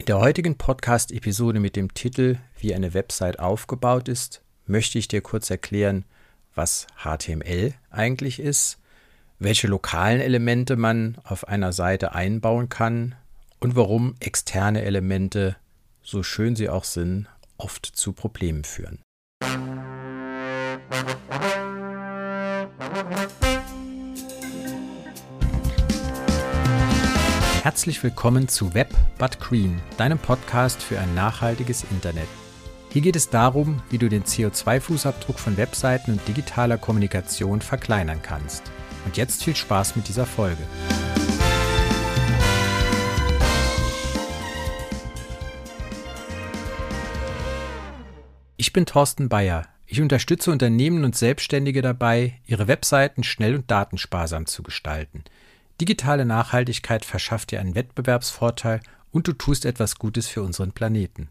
In der heutigen Podcast-Episode mit dem Titel Wie eine Website aufgebaut ist, möchte ich dir kurz erklären, was HTML eigentlich ist, welche lokalen Elemente man auf einer Seite einbauen kann und warum externe Elemente, so schön sie auch sind, oft zu Problemen führen. Herzlich willkommen zu Web but Green, deinem Podcast für ein nachhaltiges Internet. Hier geht es darum, wie du den CO2-Fußabdruck von Webseiten und digitaler Kommunikation verkleinern kannst. Und jetzt viel Spaß mit dieser Folge. Ich bin Thorsten Bayer. Ich unterstütze Unternehmen und Selbstständige dabei, ihre Webseiten schnell und datensparsam zu gestalten. Digitale Nachhaltigkeit verschafft dir einen Wettbewerbsvorteil und du tust etwas Gutes für unseren Planeten.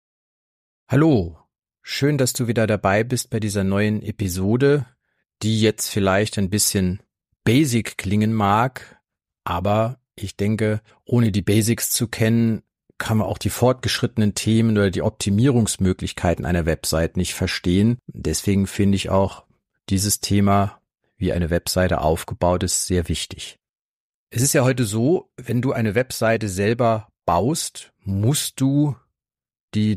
Hallo, schön, dass du wieder dabei bist bei dieser neuen Episode, die jetzt vielleicht ein bisschen basic klingen mag, aber ich denke, ohne die Basics zu kennen, kann man auch die fortgeschrittenen Themen oder die Optimierungsmöglichkeiten einer Website nicht verstehen. Deswegen finde ich auch dieses Thema, wie eine Webseite aufgebaut ist, sehr wichtig. Es ist ja heute so, wenn du eine Webseite selber baust, musst du die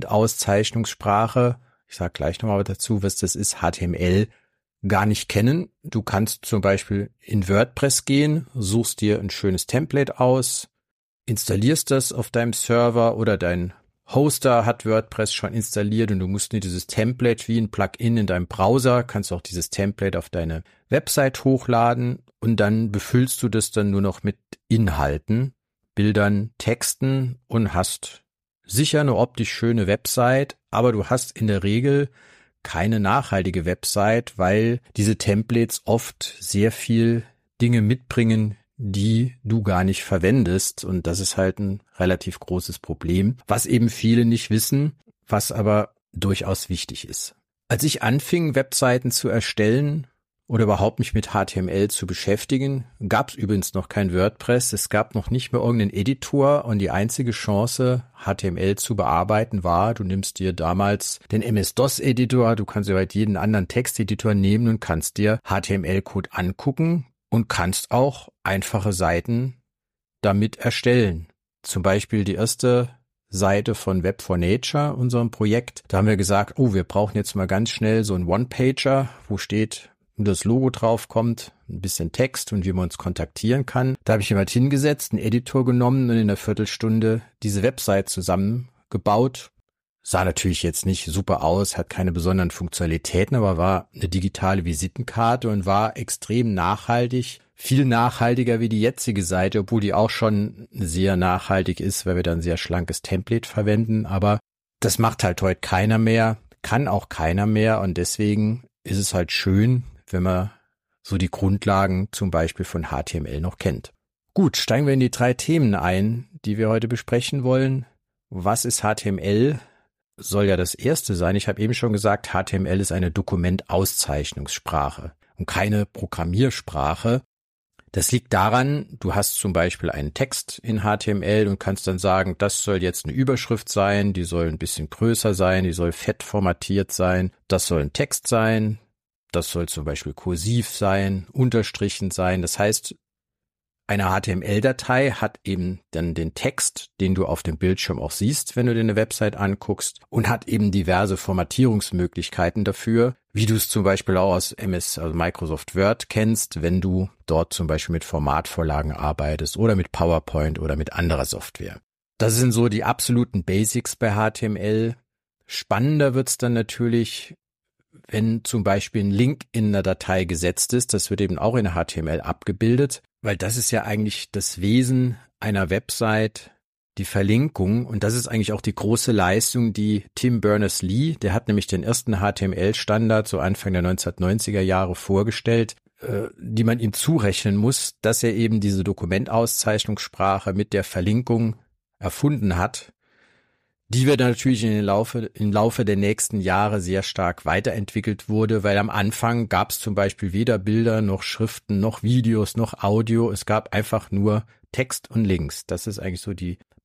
Dokumentauszeichnungssprache, ich sage gleich nochmal dazu, was das ist, HTML, gar nicht kennen. Du kannst zum Beispiel in WordPress gehen, suchst dir ein schönes Template aus, installierst das auf deinem Server oder dein Hoster hat WordPress schon installiert und du musst nur dieses Template wie ein Plugin in deinem Browser, kannst auch dieses Template auf deine Website hochladen und dann befüllst du das dann nur noch mit Inhalten, Bildern, Texten und hast sicher eine optisch schöne Website, aber du hast in der Regel keine nachhaltige Website, weil diese Templates oft sehr viel Dinge mitbringen, die du gar nicht verwendest, und das ist halt ein relativ großes Problem, was eben viele nicht wissen, was aber durchaus wichtig ist. Als ich anfing, Webseiten zu erstellen oder überhaupt mich mit HTML zu beschäftigen, gab es übrigens noch kein WordPress, es gab noch nicht mehr irgendeinen Editor und die einzige Chance, HTML zu bearbeiten war, du nimmst dir damals den MS-DOS-Editor, du kannst ja halt jeden anderen Texteditor nehmen und kannst dir HTML-Code angucken und kannst auch einfache Seiten damit erstellen. Zum Beispiel die erste Seite von Web4Nature, unserem Projekt. Da haben wir gesagt, wir brauchen jetzt mal ganz schnell so einen One-Pager, wo steht, wo das Logo drauf kommt, ein bisschen Text und wie man uns kontaktieren kann. Da habe ich jemand hingesetzt, einen Editor genommen und in einer Viertelstunde diese Website zusammengebaut. Sah natürlich jetzt nicht super aus, hat keine besonderen Funktionalitäten, aber war eine digitale Visitenkarte und war extrem nachhaltig, viel nachhaltiger wie die jetzige Seite, obwohl die auch schon sehr nachhaltig ist, weil wir dann ein sehr schlankes Template verwenden, aber das macht halt heute keiner mehr, kann auch keiner mehr und deswegen ist es halt schön, wenn man so die Grundlagen zum Beispiel von HTML noch kennt. Gut, steigen wir in die 3 Themen ein, die wir heute besprechen wollen. Was ist HTML? Soll ja das erste sein. Ich habe eben schon gesagt, HTML ist eine Dokumentauszeichnungssprache und keine Programmiersprache. Das liegt daran, du hast zum Beispiel einen Text in HTML und kannst dann sagen, das soll jetzt eine Überschrift sein, die soll ein bisschen größer sein, die soll fett formatiert sein, das soll ein Text sein, das soll zum Beispiel kursiv sein, unterstrichen sein. Das heißt, eine HTML-Datei hat eben dann den Text, den du auf dem Bildschirm auch siehst, wenn du dir eine Website anguckst, und hat eben diverse Formatierungsmöglichkeiten dafür, wie du es zum Beispiel auch aus also Microsoft Word kennst, wenn du dort zum Beispiel mit Formatvorlagen arbeitest oder mit PowerPoint oder mit anderer Software. Das sind so die absoluten Basics bei HTML. Spannender wird's dann natürlich, wenn zum Beispiel ein Link in einer Datei gesetzt ist. Das wird eben auch in HTML abgebildet, weil das ist ja eigentlich das Wesen einer Website, die Verlinkung. Und das ist eigentlich auch die große Leistung, die Tim Berners-Lee, der hat nämlich den ersten HTML-Standard so Anfang der 1990er Jahre vorgestellt, die man ihm zurechnen muss, dass er eben diese Dokumentauszeichnungssprache mit der Verlinkung erfunden hat, die wird natürlich im Laufe der nächsten Jahre sehr stark weiterentwickelt wurde, weil am Anfang gab es zum Beispiel weder Bilder noch Schriften noch Videos noch Audio. Es gab einfach nur Text und Links. Das ist eigentlich so die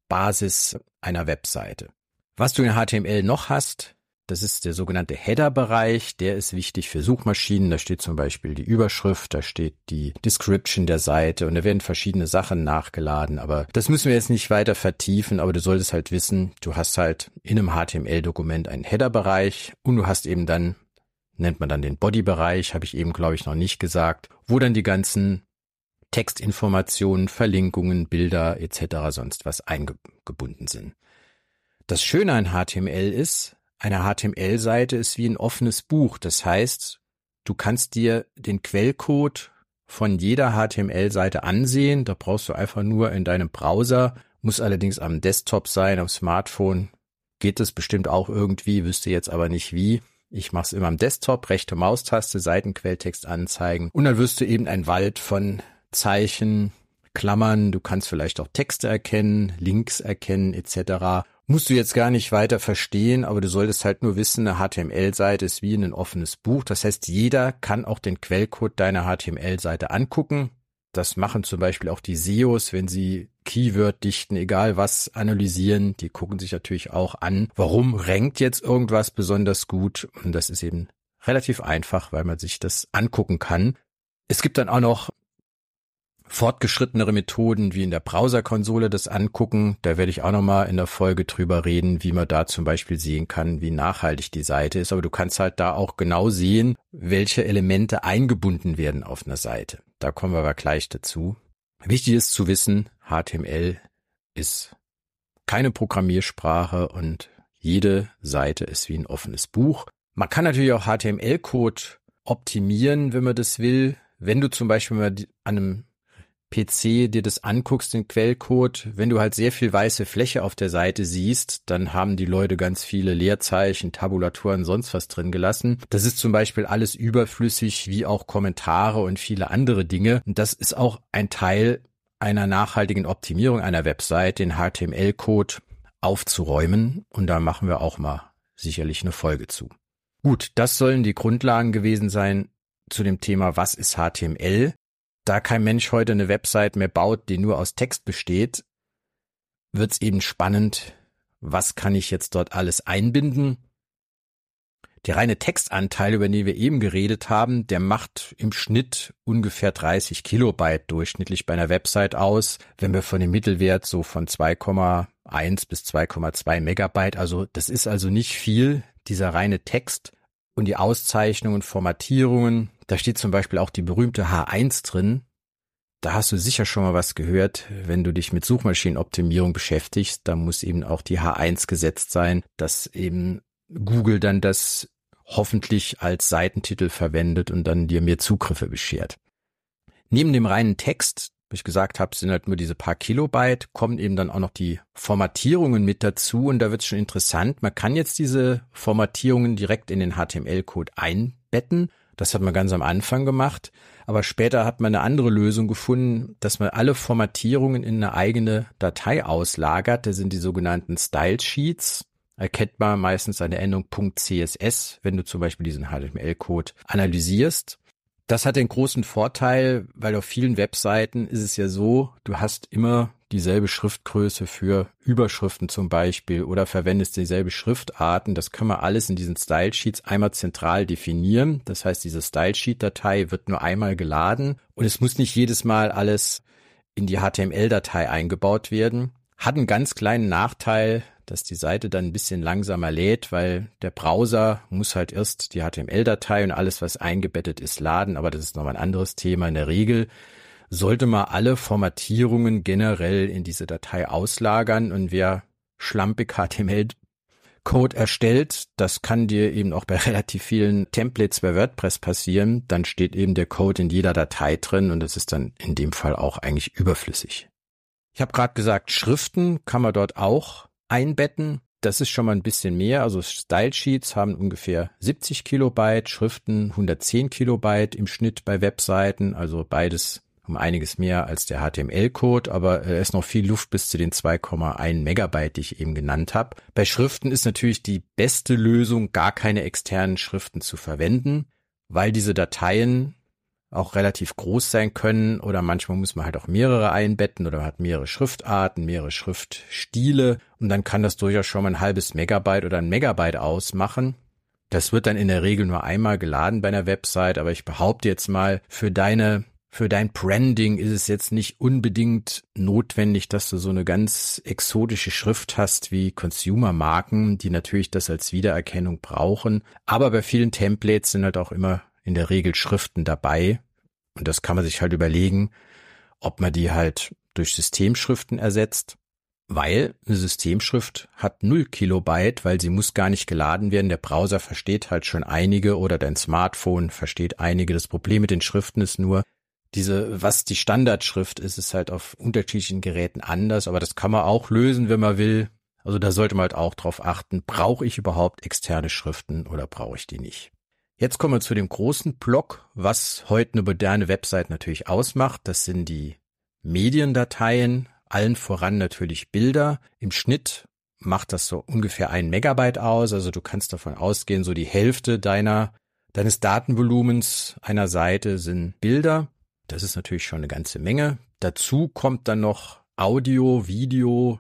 Basis einer Webseite. Was du in HTML noch hast, das ist der sogenannte Header-Bereich. Der ist wichtig für Suchmaschinen. Da steht zum Beispiel die Überschrift, da steht die Description der Seite und da werden verschiedene Sachen nachgeladen. Aber das müssen wir jetzt nicht weiter vertiefen, aber du solltest halt wissen, du hast halt in einem HTML-Dokument einen Header-Bereich und du hast eben dann, nennt man dann den Body-Bereich, habe ich eben, glaube ich, noch nicht gesagt, wo dann die ganzen Textinformationen, Verlinkungen, Bilder etc. sonst was eingebunden sind. Das Schöne an HTML ist, eine HTML-Seite ist wie ein offenes Buch. Das heißt, du kannst dir den Quellcode von jeder HTML-Seite ansehen. Da brauchst du einfach nur in deinem Browser, muss allerdings am Desktop sein, am Smartphone. Geht das bestimmt auch irgendwie, wüsste jetzt aber nicht wie. Ich mache es immer am Desktop, rechte Maustaste, Seitenquelltext anzeigen und dann wirst du eben ein Wald von Zeichen, Klammern, du kannst vielleicht auch Texte erkennen, Links erkennen etc. Musst du jetzt gar nicht weiter verstehen, aber du solltest halt nur wissen, eine HTML-Seite ist wie ein offenes Buch. Das heißt, jeder kann auch den Quellcode deiner HTML-Seite angucken. Das machen zum Beispiel auch die SEOs, wenn sie Keyword-Dichten, egal was, analysieren. Die gucken sich natürlich auch an, warum rankt jetzt irgendwas besonders gut. Und das ist eben relativ einfach, weil man sich das angucken kann. Es gibt dann auch noch fortgeschrittenere Methoden wie in der Browserkonsole das angucken. Da werde ich auch nochmal in der Folge drüber reden, wie man da zum Beispiel sehen kann, wie nachhaltig die Seite ist. Aber du kannst halt da auch genau sehen, welche Elemente eingebunden werden auf einer Seite. Da kommen wir aber gleich dazu. Wichtig ist zu wissen, HTML ist keine Programmiersprache und jede Seite ist wie ein offenes Buch. Man kann natürlich auch HTML-Code optimieren, wenn man das will. Wenn du zum Beispiel mal an einem PC dir das anguckst, den Quellcode, wenn du halt sehr viel weiße Fläche auf der Seite siehst, dann haben die Leute ganz viele Leerzeichen, Tabulaturen, sonst was drin gelassen. Das ist zum Beispiel alles überflüssig, wie auch Kommentare und viele andere Dinge. Und das ist auch ein Teil einer nachhaltigen Optimierung einer Website, den HTML-Code aufzuräumen. Und da machen wir auch mal sicherlich eine Folge zu. Gut, das sollen die Grundlagen gewesen sein zu dem Thema, was ist HTML? Da kein Mensch heute eine Website mehr baut, die nur aus Text besteht, wird's eben spannend, was kann ich jetzt dort alles einbinden? Der reine Textanteil, über den wir eben geredet haben, der macht im Schnitt ungefähr 30 Kilobyte durchschnittlich bei einer Website aus, wenn wir von dem Mittelwert so von 2,1 bis 2,2 Megabyte, also das ist also nicht viel, dieser reine Text. Und die Auszeichnungen, Formatierungen, da steht zum Beispiel auch die berühmte H1 drin. Da hast du sicher schon mal was gehört, wenn du dich mit Suchmaschinenoptimierung beschäftigst. Da muss eben auch die H1 gesetzt sein, dass eben Google dann das hoffentlich als Seitentitel verwendet und dann dir mehr Zugriffe beschert. Neben dem reinen Text, wie ich gesagt habe, sind halt nur diese paar Kilobyte, kommen eben dann auch noch die Formatierungen mit dazu und da wird es schon interessant. Man kann jetzt diese Formatierungen direkt in den HTML-Code einbetten. Das hat man ganz am Anfang gemacht, aber später hat man eine andere Lösung gefunden, dass man alle Formatierungen in eine eigene Datei auslagert. Das sind die sogenannten Style Sheets. Erkennt man meistens eine Endung .css, wenn du zum Beispiel diesen HTML-Code analysierst. Das hat den großen Vorteil, weil auf vielen Webseiten ist es ja so, du hast immer dieselbe Schriftgröße für Überschriften zum Beispiel oder verwendest dieselbe Schriftarten. Das kann man alles in diesen Style Sheets einmal zentral definieren. Das heißt, diese Style Sheet Datei wird nur einmal geladen und es muss nicht jedes Mal alles in die HTML-Datei eingebaut werden. Hat einen ganz kleinen Nachteil, dass die Seite dann ein bisschen langsamer lädt, weil der Browser muss halt erst die HTML-Datei und alles, was eingebettet ist, laden. Aber das ist nochmal ein anderes Thema. In der Regel sollte man alle Formatierungen generell in diese Datei auslagern. Und wer schlampig HTML-Code erstellt, das kann dir eben auch bei relativ vielen Templates bei WordPress passieren. Dann steht eben der Code in jeder Datei drin und das ist dann in dem Fall auch eigentlich überflüssig. Ich habe gerade gesagt, Schriften kann man dort auch einbetten. Das ist schon mal ein bisschen mehr. Also Style Sheets haben ungefähr 70 Kilobyte, Schriften 110 Kilobyte im Schnitt bei Webseiten. Also beides um einiges mehr als der HTML-Code, aber es ist noch viel Luft bis zu den 2,1 Megabyte, die ich eben genannt habe. Bei Schriften ist natürlich die beste Lösung, gar keine externen Schriften zu verwenden, weil diese Dateien, auch relativ groß sein können oder manchmal muss man halt auch mehrere einbetten oder man hat mehrere Schriftarten, mehrere Schriftstile und dann kann das durchaus schon mal ein halbes Megabyte oder ein Megabyte ausmachen. Das wird dann in der Regel nur einmal geladen bei einer Website, aber ich behaupte jetzt mal, für dein Branding ist es jetzt nicht unbedingt notwendig, dass du so eine ganz exotische Schrift hast wie Consumer-Marken, die natürlich das als Wiedererkennung brauchen. Aber bei vielen Templates sind halt auch immer in der Regel Schriften dabei. Und das kann man sich halt überlegen, ob man die halt durch Systemschriften ersetzt. Weil eine Systemschrift hat 0 Kilobyte, weil sie muss gar nicht geladen werden. Der Browser versteht halt schon einige oder dein Smartphone versteht einige. Das Problem mit den Schriften ist nur, was die Standardschrift ist halt auf unterschiedlichen Geräten anders, aber das kann man auch lösen, wenn man will. Also da sollte man halt auch drauf achten, brauche ich überhaupt externe Schriften oder brauche ich die nicht? Jetzt kommen wir zu dem großen Block, was heute eine moderne Website natürlich ausmacht. Das sind die Mediendateien, allen voran natürlich Bilder. Im Schnitt macht das so ungefähr 1 Megabyte aus, also du kannst davon ausgehen, so die Hälfte deines Datenvolumens einer Seite sind Bilder. Das ist natürlich schon eine ganze Menge. Dazu kommt dann noch Audio, Video,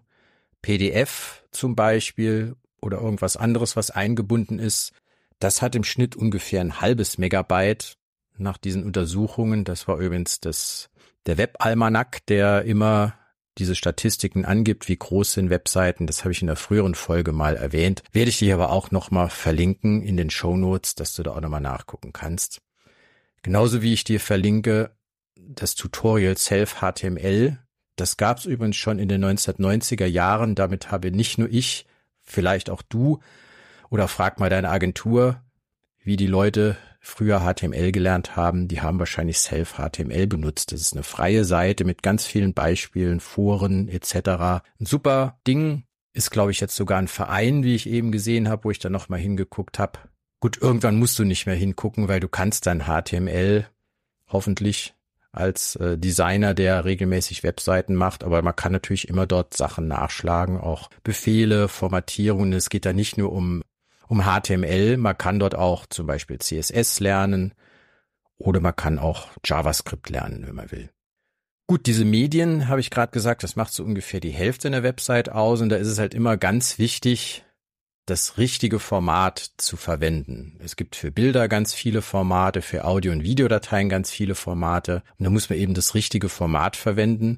PDF zum Beispiel oder irgendwas anderes, was eingebunden ist. Das hat im Schnitt ungefähr ein halbes Megabyte nach diesen Untersuchungen. Das war übrigens der Webalmanack, der immer diese Statistiken angibt, wie groß sind Webseiten. Das habe ich in der früheren Folge mal erwähnt. Werde ich dir aber auch nochmal verlinken in den Shownotes, dass du da auch nochmal nachgucken kannst. Genauso wie ich dir verlinke das Tutorial Self-HTML. Das gab es übrigens schon in den 1990er Jahren. Damit habe nicht nur ich, vielleicht auch du, oder frag mal deine Agentur, wie die Leute früher HTML gelernt haben. Die haben wahrscheinlich Self-HTML benutzt. Das ist eine freie Seite mit ganz vielen Beispielen, Foren etc. Ein super Ding. Ist, glaube ich, jetzt sogar ein Verein, wie ich eben gesehen habe, wo ich dann nochmal hingeguckt habe. Gut, irgendwann musst du nicht mehr hingucken, weil du kannst dann HTML hoffentlich als Designer, der regelmäßig Webseiten macht, aber man kann natürlich immer dort Sachen nachschlagen, auch Befehle, Formatierungen. Es geht da nicht nur um HTML, man kann dort auch zum Beispiel CSS lernen oder man kann auch JavaScript lernen, wenn man will. Gut, diese Medien, habe ich gerade gesagt, das macht so ungefähr die Hälfte einer Website aus und da ist es halt immer ganz wichtig, das richtige Format zu verwenden. Es gibt für Bilder ganz viele Formate, für Audio- und Videodateien ganz viele Formate. Und da muss man eben das richtige Format verwenden.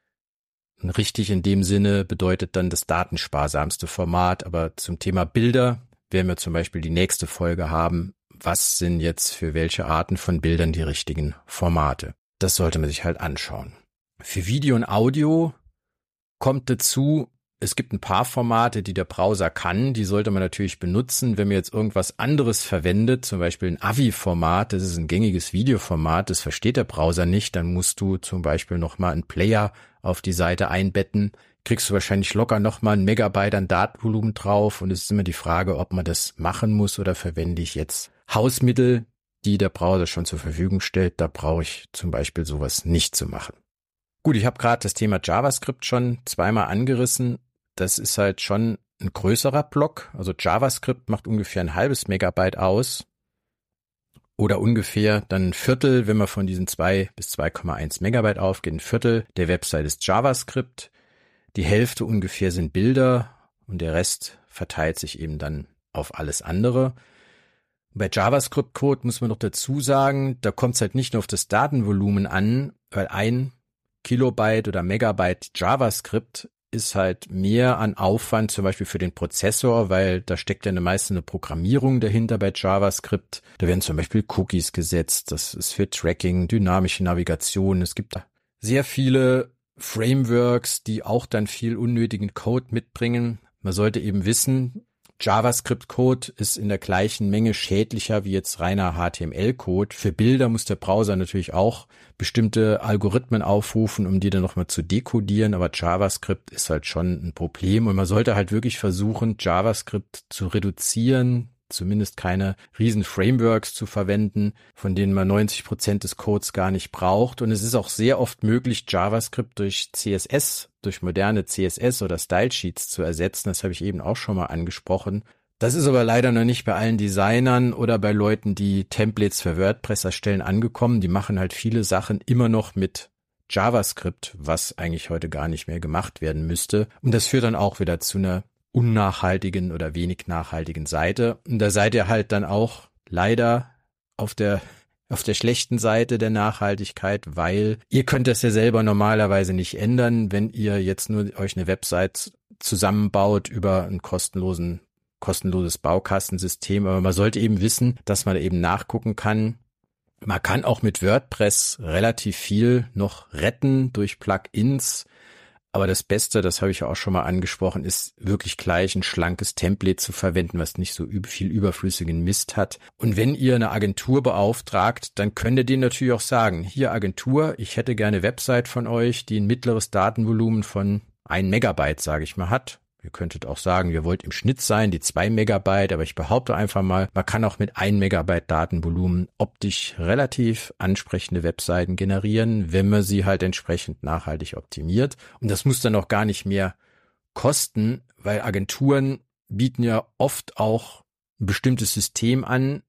Und richtig in dem Sinne bedeutet dann das datensparsamste Format. Aber zum Thema Bilder werden wir zum Beispiel die nächste Folge haben. Was sind jetzt für welche Arten von Bildern die richtigen Formate? Das sollte man sich halt anschauen. Für Video und Audio kommt dazu, es gibt ein paar Formate, die der Browser kann, die sollte man natürlich benutzen. Wenn man jetzt irgendwas anderes verwendet, zum Beispiel ein AVI-Format, das ist ein gängiges Videoformat, das versteht der Browser nicht, dann musst du zum Beispiel nochmal einen Player auf die Seite einbetten, kriegst du wahrscheinlich locker nochmal ein Megabyte an Datenvolumen drauf und es ist immer die Frage, ob man das machen muss oder verwende ich jetzt Hausmittel, die der Browser schon zur Verfügung stellt. Da brauche ich zum Beispiel sowas nicht zu machen. Gut, ich habe gerade das Thema JavaScript schon zweimal angerissen. Das ist halt schon ein größerer Block. Also JavaScript macht ungefähr ein halbes Megabyte aus oder ungefähr dann ein Viertel, wenn man von diesen 2 bis 2,1 Megabyte aufgeht. Ein Viertel der Website ist JavaScript. Die Hälfte ungefähr sind Bilder und der Rest verteilt sich eben dann auf alles andere. Bei JavaScript-Code muss man noch dazu sagen, da kommt es halt nicht nur auf das Datenvolumen an, weil 1 Kilobyte oder Megabyte JavaScript ist halt mehr an Aufwand, zum Beispiel für den Prozessor, weil da steckt ja meistens eine Programmierung dahinter bei JavaScript. Da werden zum Beispiel Cookies gesetzt, das ist für Tracking, dynamische Navigation. Es gibt sehr viele Frameworks, die auch dann viel unnötigen Code mitbringen. Man sollte eben wissen, JavaScript-Code ist in der gleichen Menge schädlicher wie jetzt reiner HTML-Code. Für Bilder muss der Browser natürlich auch bestimmte Algorithmen aufrufen, um die dann nochmal zu dekodieren, aber JavaScript ist halt schon ein Problem und man sollte halt wirklich versuchen, JavaScript zu reduzieren, zumindest keine riesen Frameworks zu verwenden, von denen man 90% des Codes gar nicht braucht. Und es ist auch sehr oft möglich, JavaScript durch CSS, durch moderne CSS oder Style Sheets zu ersetzen. Das habe ich eben auch schon mal angesprochen. Das ist aber leider noch nicht bei allen Designern oder bei Leuten, die Templates für WordPress erstellen, angekommen. Die machen halt viele Sachen immer noch mit JavaScript, was eigentlich heute gar nicht mehr gemacht werden müsste. Und das führt dann auch wieder zu einer unnachhaltigen oder wenig nachhaltigen Seite. Und da seid ihr halt dann auch leider auf der schlechten Seite der Nachhaltigkeit, weil ihr könnt das ja selber normalerweise nicht ändern, wenn ihr jetzt nur euch eine Website zusammenbaut über ein kostenloses Baukastensystem. Aber man sollte eben wissen, dass man eben nachgucken kann. Man kann auch mit WordPress relativ viel noch retten durch Plugins. Aber das Beste, das habe ich ja auch schon mal angesprochen, ist wirklich gleich ein schlankes Template zu verwenden, was nicht so viel überflüssigen Mist hat. Und wenn ihr eine Agentur beauftragt, dann könnt ihr denen natürlich auch sagen, hier Agentur, ich hätte gerne Website von euch, die ein mittleres Datenvolumen von 1 Megabyte, sage ich mal, hat. Ihr könntet auch sagen, ihr wollt im Schnitt sein, die 2 Megabyte, aber ich behaupte einfach mal, man kann auch mit 1 Megabyte Datenvolumen optisch relativ ansprechende Webseiten generieren, wenn man sie halt entsprechend nachhaltig optimiert. Und das muss dann auch gar nicht mehr kosten, weil Agenturen bieten ja oft auch ein bestimmtes System an,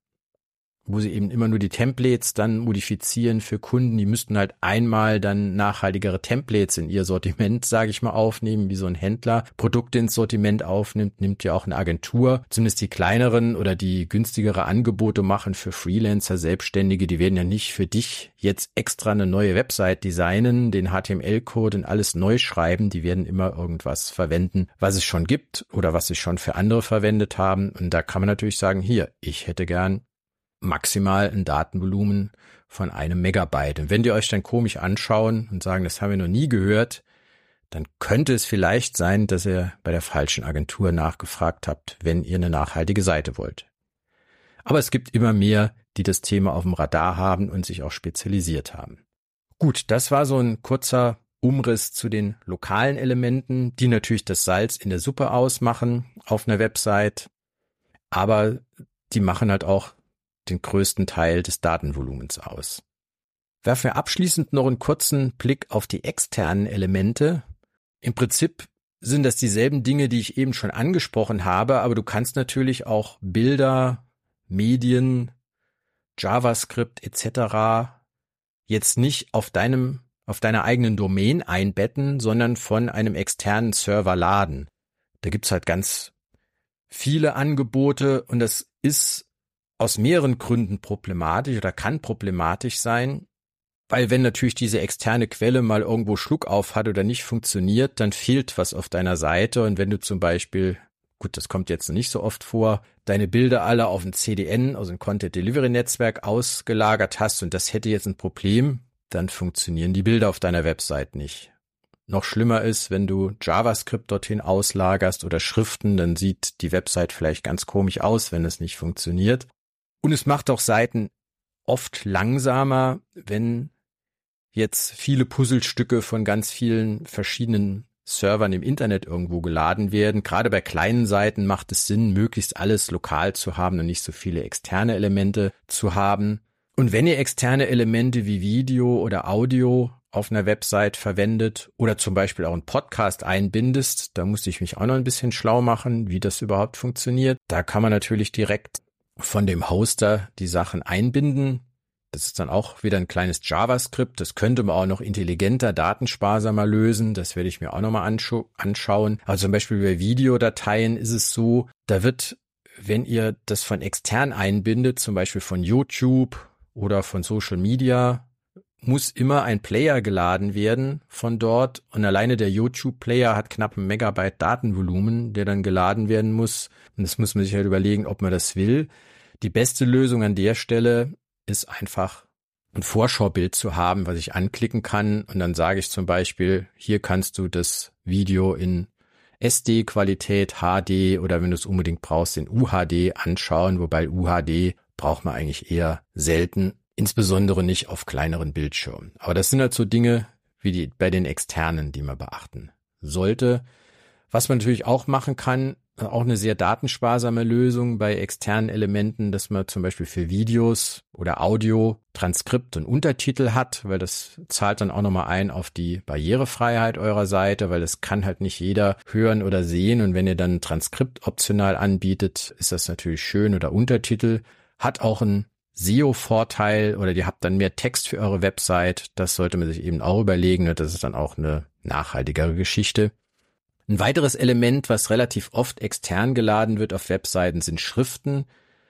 wo sie eben immer nur die Templates dann modifizieren für Kunden. Die müssten halt einmal dann nachhaltigere Templates in ihr Sortiment, sage ich mal, aufnehmen, wie so ein Händler Produkte ins Sortiment aufnimmt, nimmt ja auch eine Agentur. Zumindest die kleineren oder die günstigere Angebote machen für Freelancer, Selbstständige, die werden ja nicht für dich jetzt extra eine neue Website designen, den HTML-Code und alles neu schreiben. Die werden immer irgendwas verwenden, was es schon gibt oder was sie schon für andere verwendet haben. Und da kann man natürlich sagen, hier, ich hätte gern maximal ein Datenvolumen von 1 Megabyte. Und wenn die euch dann komisch anschauen und sagen, das haben wir noch nie gehört, dann könnte es vielleicht sein, dass ihr bei der falschen Agentur nachgefragt habt, wenn ihr eine nachhaltige Seite wollt. Aber es gibt immer mehr, die das Thema auf dem Radar haben und sich auch spezialisiert haben. Gut, das war so ein kurzer Umriss zu den lokalen Elementen, die natürlich das Salz in der Suppe ausmachen auf einer Website, aber die machen halt auch den größten Teil des Datenvolumens aus. Werfen wir abschließend noch einen kurzen Blick auf die externen Elemente. Im Prinzip sind das dieselben Dinge, die ich eben schon angesprochen habe, aber du kannst natürlich auch Bilder, Medien, JavaScript etc. jetzt nicht auf deiner eigenen Domain einbetten, sondern von einem externen Server laden. Da gibt's halt ganz viele Angebote und das ist aus mehreren Gründen problematisch oder kann problematisch sein, weil wenn natürlich diese externe Quelle mal irgendwo Schluck auf hat oder nicht funktioniert, dann fehlt was auf deiner Seite und wenn du zum Beispiel, gut, das kommt jetzt nicht so oft vor, deine Bilder alle auf ein CDN, also ein Content Delivery Netzwerk ausgelagert hast und das hätte jetzt ein Problem, dann funktionieren die Bilder auf deiner Website nicht. Noch schlimmer ist, wenn du JavaScript dorthin auslagerst oder Schriften, dann sieht die Website vielleicht ganz komisch aus, wenn es nicht funktioniert. Und es macht auch Seiten oft langsamer, wenn jetzt viele Puzzlestücke von ganz vielen verschiedenen Servern im Internet irgendwo geladen werden. Gerade bei kleinen Seiten macht es Sinn, möglichst alles lokal zu haben und nicht so viele externe Elemente zu haben. Und wenn ihr externe Elemente wie Video oder Audio auf einer Website verwendet oder zum Beispiel auch einen Podcast einbindest, da musste ich mich auch noch ein bisschen schlau machen, wie das überhaupt funktioniert. Da kann man natürlich direkt von dem Hoster die Sachen einbinden. Das ist dann auch wieder ein kleines JavaScript. Das könnte man auch noch intelligenter, datensparsamer lösen. Das werde ich mir auch nochmal anschauen. Also zum Beispiel bei Videodateien ist es so, da wird, wenn ihr das von extern einbindet, zum Beispiel von YouTube oder von Social Media, muss immer ein Player geladen werden von dort. Und alleine der YouTube-Player hat knapp 1 Megabyte Datenvolumen, der dann geladen werden muss. Und das muss man sich halt überlegen, ob man das will. Die beste Lösung an der Stelle ist einfach ein Vorschaubild zu haben, was ich anklicken kann. Und dann sage ich zum Beispiel, hier kannst du das Video in SD-Qualität, HD oder wenn du es unbedingt brauchst, in UHD anschauen. Wobei UHD braucht man eigentlich eher selten, insbesondere nicht auf kleineren Bildschirmen. Aber das sind halt so Dinge wie bei den externen, die man beachten sollte. Was man natürlich auch machen kann, auch eine sehr datensparsame Lösung bei externen Elementen, dass man zum Beispiel für Videos oder Audio Transkript und Untertitel hat, weil das zahlt dann auch nochmal ein auf die Barrierefreiheit eurer Seite, weil das kann halt nicht jeder hören oder sehen, und wenn ihr dann ein Transkript optional anbietet, ist das natürlich schön, oder Untertitel. Hat auch einen SEO-Vorteil, oder ihr habt dann mehr Text für eure Website. Das sollte man sich eben auch überlegen, und das ist dann auch eine nachhaltigere Geschichte. Ein weiteres Element, was relativ oft extern geladen wird auf Webseiten, sind Schriften.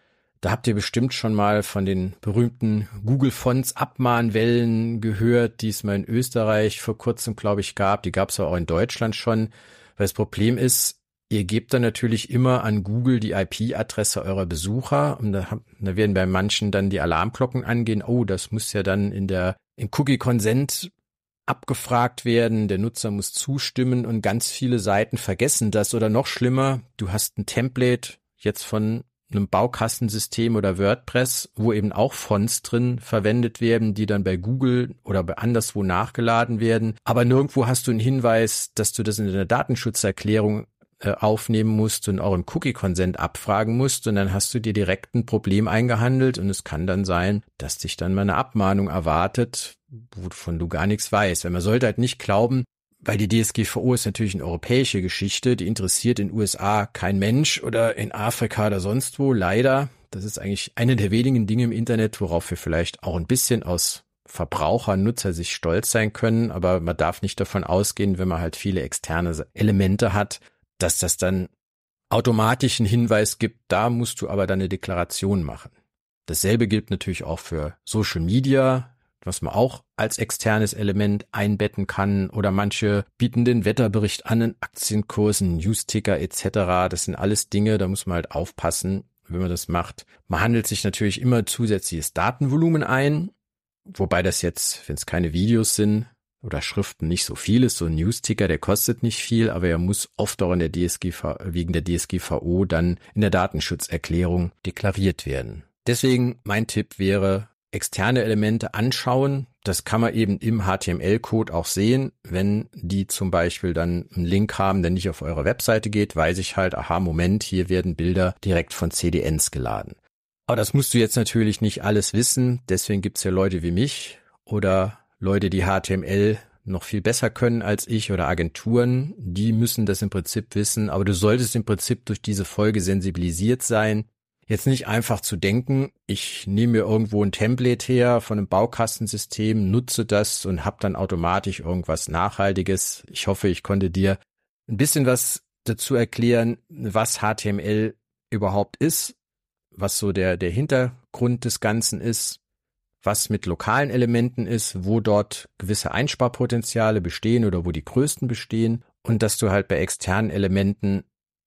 Da habt ihr bestimmt schon mal von den berühmten Google Fonts Abmahnwellen gehört, die es mal in Österreich vor kurzem, glaube ich, gab. Die gab es auch in Deutschland schon. Weil das Problem ist, ihr gebt dann natürlich immer an Google die IP-Adresse eurer Besucher, und da werden bei manchen dann die Alarmglocken angehen. Oh, das muss ja dann im Cookie-Consent abgefragt werden, der Nutzer muss zustimmen, und ganz viele Seiten vergessen das. Oder noch schlimmer, du hast ein Template jetzt von einem Baukastensystem oder WordPress, wo eben auch Fonts drin verwendet werden, die dann bei Google oder bei anderswo nachgeladen werden. Aber nirgendwo hast du einen Hinweis, dass du das in der Datenschutzerklärung aufnehmen musst und auch im Cookie-Consent abfragen musst, und dann hast du dir direkt ein Problem eingehandelt, und es kann dann sein, dass dich dann mal eine Abmahnung erwartet, wovon du gar nichts weißt. Weil man sollte halt nicht glauben, weil die DSGVO ist natürlich eine europäische Geschichte, die interessiert in den USA kein Mensch oder in Afrika oder sonst wo, leider. Das ist eigentlich eine der wenigen Dinge im Internet, worauf wir vielleicht auch ein bisschen aus Verbraucher, Nutzer sich stolz sein können, aber man darf nicht davon ausgehen, wenn man halt viele externe Elemente hat, dass das dann automatisch einen Hinweis gibt, da musst du aber dann eine Deklaration machen. Dasselbe gilt natürlich auch für Social Media, was man auch als externes Element einbetten kann, oder manche bieten den Wetterbericht an, einen Aktienkurs, einen Newsticker etc. Das sind alles Dinge, da muss man halt aufpassen, wenn man das macht. Man handelt sich natürlich immer zusätzliches Datenvolumen ein, wobei das jetzt, wenn es keine Videos sind oder Schriften, nicht so viel ist. So ein Newsticker, der kostet nicht viel, aber er muss oft auch in der wegen der DSGVO dann in der Datenschutzerklärung deklariert werden. Deswegen mein Tipp wäre, externe Elemente anschauen. Das kann man eben im HTML-Code auch sehen. Wenn die zum Beispiel dann einen Link haben, der nicht auf eure Webseite geht, weiß ich halt, aha, Moment, hier werden Bilder direkt von CDNs geladen. Aber das musst du jetzt natürlich nicht alles wissen. Deswegen gibt's ja Leute wie mich oder Leute, die HTML noch viel besser können als ich, oder Agenturen, die müssen das im Prinzip wissen. Aber du solltest im Prinzip durch diese Folge sensibilisiert sein. Jetzt nicht einfach zu denken, ich nehme mir irgendwo ein Template her von einem Baukastensystem, nutze das und habe dann automatisch irgendwas Nachhaltiges. Ich hoffe, ich konnte dir ein bisschen was dazu erklären, was HTML überhaupt ist, was so der Hintergrund des Ganzen ist, was mit lokalen Elementen ist, wo dort gewisse Einsparpotenziale bestehen oder wo die größten bestehen, und dass du halt bei externen Elementen,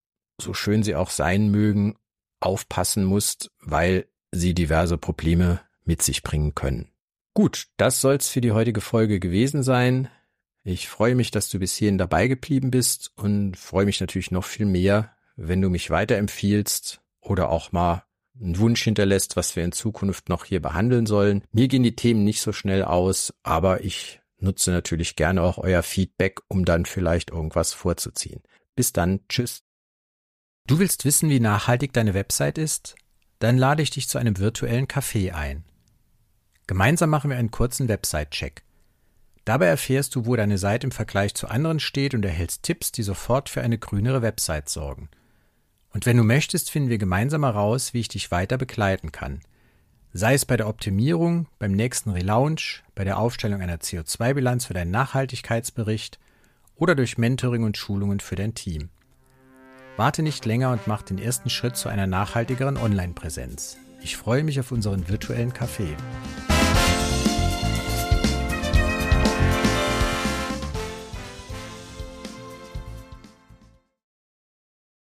so schön sie auch sein mögen, aufpassen musst, weil sie diverse Probleme mit sich bringen können. Gut, das soll's für die heutige Folge gewesen sein. Ich freue mich, dass du bis hierhin dabei geblieben bist, und freue mich natürlich noch viel mehr, wenn du mich weiterempfiehlst oder auch mal einen Wunsch hinterlässt, was wir in Zukunft noch hier behandeln sollen. Mir gehen die Themen nicht so schnell aus, aber ich nutze natürlich gerne auch euer Feedback, um dann vielleicht irgendwas vorzuziehen. Bis dann, tschüss. Du willst wissen, wie nachhaltig deine Website ist? Dann lade ich dich zu einem virtuellen Café ein. Gemeinsam machen wir einen kurzen Website-Check. Dabei erfährst du, wo deine Seite im Vergleich zu anderen steht, und erhältst Tipps, die sofort für eine grünere Website sorgen. Und wenn du möchtest, finden wir gemeinsam heraus, wie ich dich weiter begleiten kann. Sei es bei der Optimierung, beim nächsten Relaunch, bei der Aufstellung einer CO2-Bilanz für deinen Nachhaltigkeitsbericht oder durch Mentoring und Schulungen für dein Team. Warte nicht länger und mach den ersten Schritt zu einer nachhaltigeren Online-Präsenz. Ich freue mich auf unseren virtuellen Café.